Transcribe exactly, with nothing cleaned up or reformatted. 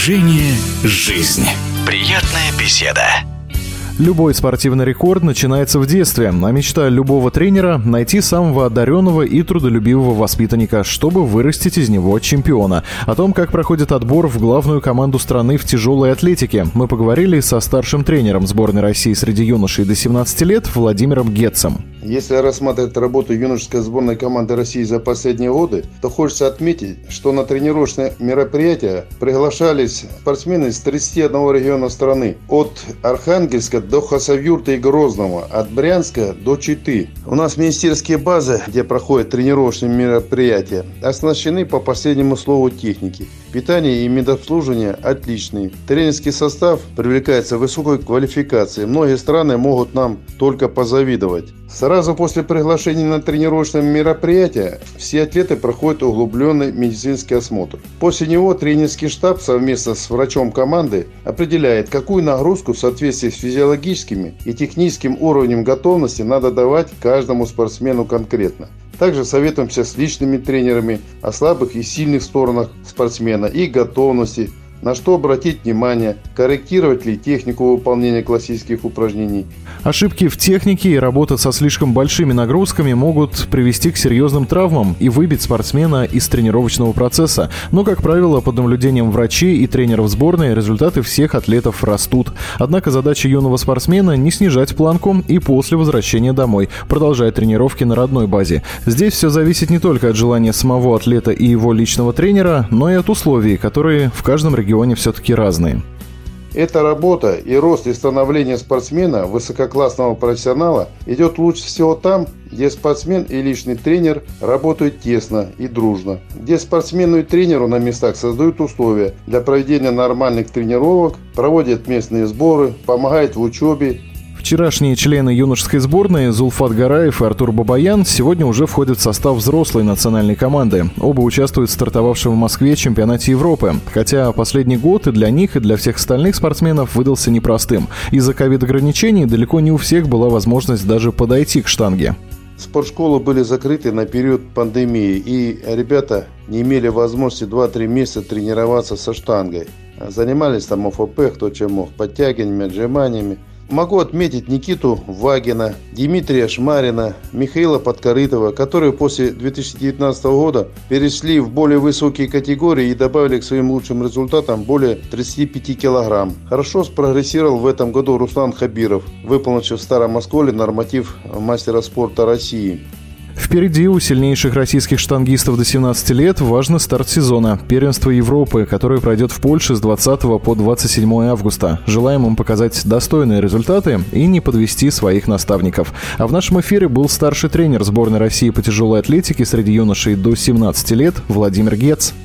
Движение «Жизнь». Приятная беседа. Любой спортивный рекорд начинается в детстве, а мечта любого тренера – найти самого одаренного и трудолюбивого воспитанника, чтобы вырастить из него чемпиона. О том, как проходит отбор в главную команду страны в тяжелой атлетике, мы поговорили со старшим тренером сборной России среди юношей до семнадцати лет Владимиром Гетцем. Если рассматривать работу юношеской сборной команды России за последние годы, то хочется отметить, что на тренировочные мероприятия приглашались спортсмены из тридцати одного региона страны. От Архангельска до Хасавюрта и Грозного, от Брянска до Читы. У нас министерские базы, где проходят тренировочные мероприятия, оснащены по последнему слову техники. Питание и медобслуживание отличные. Тренерский состав привлекается высокой квалификацией. Многие страны могут нам только позавидовать. Сразу после приглашения на тренировочное мероприятие все атлеты проходят углубленный медицинский осмотр. После него тренерский штаб совместно с врачом команды определяет, какую нагрузку в соответствии с физиологическим и техническим уровнем готовности надо давать каждому спортсмену конкретно. Также советуемся с личными тренерами о слабых и сильных сторонах спортсмена и готовности, на что обратить внимание, корректировать ли технику выполнения классических упражнений. Ошибки в технике и работа со слишком большими нагрузками могут привести к серьезным травмам и выбить спортсмена из тренировочного процесса. Но, как правило, под наблюдением врачей и тренеров сборной результаты всех атлетов растут. Однако задача юного спортсмена – не снижать планку и после возвращения домой, продолжая тренировки на родной базе. Здесь все зависит не только от желания самого атлета и его личного тренера, но и от условий, которые в каждом регионе все-таки разные. Эта работа и рост и становление спортсмена, высококлассного профессионала, идет лучше всего там, где спортсмен и личный тренер работают тесно и дружно, где спортсмену и тренеру на местах создают условия для проведения нормальных тренировок, проводят местные сборы, помогают в учебе. Вчерашние члены юношеской сборной Зулфат Гараев и Артур Бабаян сегодня уже входят в состав взрослой национальной команды. Оба участвуют в стартовавшем в Москве чемпионате Европы. Хотя последний год и для них, и для всех остальных спортсменов выдался непростым. Из-за ковид-ограничений далеко не у всех была возможность даже подойти к штанге. Спортшколы были закрыты на период пандемии, и ребята не имели возможности два-три месяца тренироваться со штангой. Занимались там ОФП, кто чем мог, подтягиваниями, отжиманиями. Могу отметить Никиту Вагина, Дмитрия Шмарина, Михаила Подкорытова, которые после две тысячи девятнадцатого года перешли в более высокие категории и добавили к своим лучшим результатам более тридцати пяти килограмм. Хорошо спрогрессировал в этом году Руслан Хабиров, выполнивший в Старом Осколе норматив мастера спорта России. Впереди у сильнейших российских штангистов до семнадцати лет важный старт сезона – первенство Европы, которое пройдет в Польше с двадцатого по двадцать седьмое августа. Желаем им показать достойные результаты и не подвести своих наставников. А в нашем эфире был старший тренер сборной России по тяжелой атлетике среди юношей до семнадцати лет Владимир Гетц.